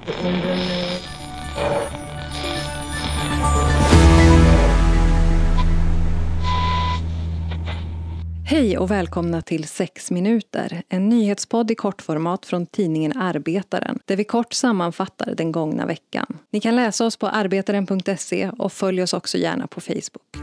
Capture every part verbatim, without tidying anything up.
Hej och välkomna till sex minuter, en nyhetspodd i kortformat från tidningen Arbetaren, där vi kort sammanfattar den gångna veckan. Ni kan läsa oss på arbetaren punkt se och följ oss också gärna på Facebook.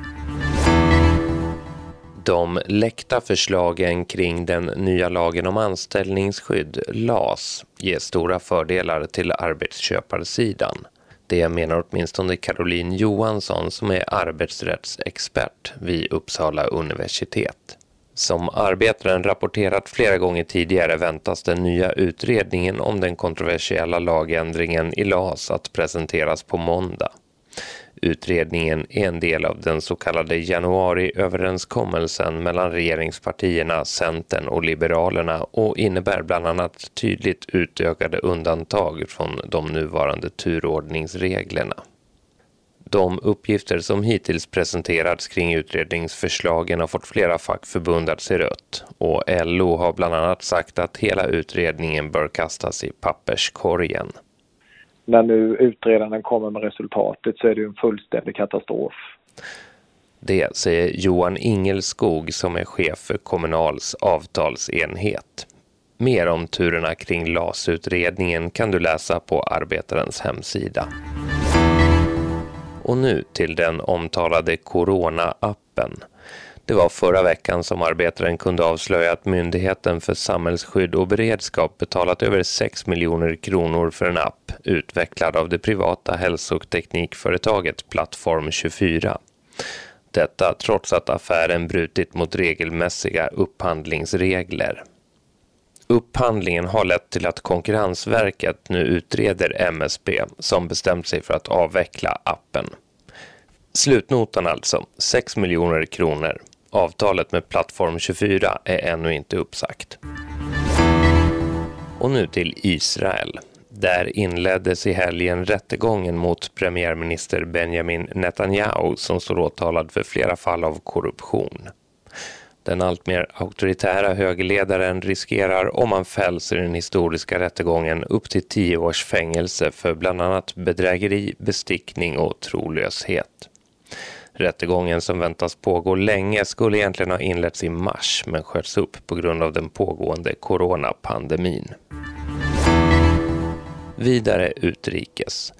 De läckta förslagen kring den nya lagen om anställningsskydd, L A S, ger stora fördelar till arbetsköparsidan. Det menar åtminstone Caroline Johansson som är arbetsrättsexpert vid Uppsala universitet. Som Arbetaren rapporterat flera gånger tidigare väntas den nya utredningen om den kontroversiella lagändringen i L A S att presenteras på måndag. Utredningen är en del av den så kallade januariöverenskommelsen mellan regeringspartierna, Centern och Liberalerna och innebär bland annat tydligt utökade undantag från de nuvarande turordningsreglerna. De uppgifter som hittills presenterats kring utredningsförslagen har fått flera fackförbund att se rött och L O har bland annat sagt att hela utredningen bör kastas i papperskorgen. När nu utredaren kommer med resultatet så är det ju en fullständig katastrof. Det säger Johan Ingelskog som är chef för Kommunals avtalsenhet. Mer om turerna kring L A S-utredningen kan du läsa på Arbetarens hemsida. Och nu till den omtalade Corona-appen. Det var förra veckan som Arbetaren kunde avslöja att Myndigheten för samhällsskydd och beredskap betalat över sex miljoner kronor för en app utvecklad av det privata hälsoteknikföretaget Plattform tjugofyra. Detta trots att affären brutit mot regelmässiga upphandlingsregler. Upphandlingen har lett till att Konkurrensverket nu utreder M S B som bestämt sig för att avveckla appen. Slutnotan alltså, sex miljoner kronor. Avtalet med Plattform tjugofyra är ännu inte uppsagt. Och nu till Israel. Där inleddes i helgen rättegången mot premiärminister Benjamin Netanyahu som står åtalad för flera fall av korruption. Den allt mer auktoritära högerledaren riskerar, om han fälls i den historiska rättegången, upp till tio års fängelse för bland annat bedrägeri, bestickning och trolöshet. Rättegången som väntas pågå länge skulle egentligen ha inletts i mars men sköts upp på grund av den pågående coronapandemin. Vidare utrikes.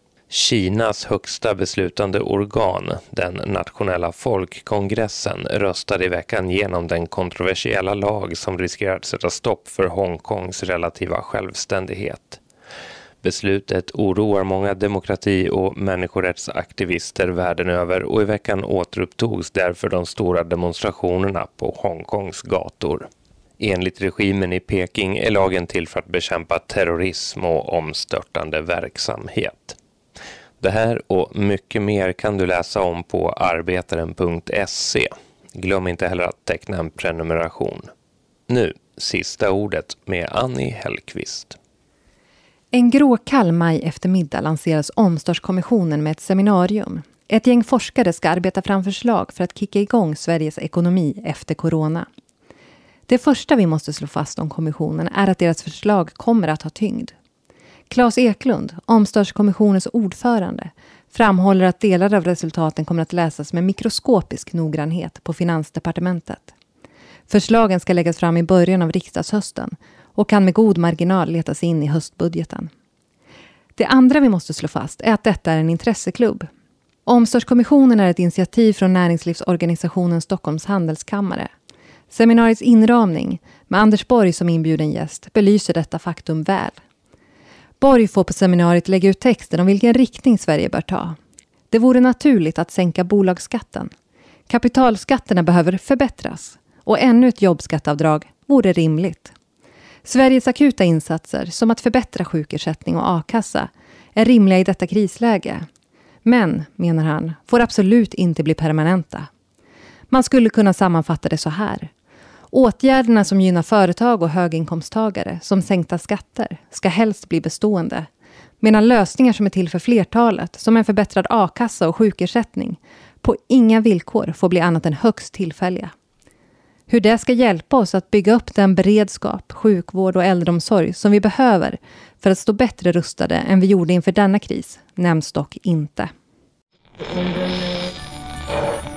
Kinas högsta beslutande organ, den nationella folkkongressen, röstade i veckan genom den kontroversiella lag som riskerar att sätta stopp för Hongkongs relativa självständighet. Beslutet oroar många demokrati- och människorättsaktivister världen över och i veckan återupptogs därför de stora demonstrationerna på Hongkongs gator. Enligt regimen i Peking är lagen till för att bekämpa terrorism och omstörtande verksamhet. Det här och mycket mer kan du läsa om på arbetaren punkt se. Glöm inte heller att teckna en prenumeration. Nu, sista ordet med Annie Hellqvist. En gråkall maj eftermiddag lanseras Omstartskommissionen med ett seminarium. Ett gäng forskare ska arbeta fram förslag för att kicka igång Sveriges ekonomi efter corona. Det första vi måste slå fast om kommissionen är att deras förslag kommer att ha tyngd. Claes Eklund, Omstartskommissionens ordförande, framhåller att delar av resultaten kommer att läsas med mikroskopisk noggrannhet på Finansdepartementet. Förslagen ska läggas fram i början av riksdagshösten och kan med god marginal letas in i höstbudgeten. Det andra vi måste slå fast är att detta är en intresseklubb. Omstartskommissionen är ett initiativ från näringslivsorganisationen Stockholms handelskammare. Seminariets inramning med Anders Borg som inbjuden gäst belyser detta faktum väl. Borg får på seminariet lägga ut texten om vilken riktning Sverige bör ta. Det vore naturligt att sänka bolagsskatten. Kapitalskatterna behöver förbättras och ännu ett jobbskattavdrag vore rimligt. Sveriges akuta insatser som att förbättra sjukersättning och a-kassa är rimliga i detta krisläge. Men, menar han, får absolut inte bli permanenta. Man skulle kunna sammanfatta det så här. Åtgärderna som gynnar företag och höginkomsttagare som sänkta skatter ska helst bli bestående. Medan lösningar som är till för flertalet, som en förbättrad a-kassa och sjukersättning, på inga villkor får bli annat än högst tillfälliga. Hur det ska hjälpa oss att bygga upp den beredskap, sjukvård och äldreomsorg som vi behöver för att stå bättre rustade än vi gjorde inför denna kris nämns dock inte.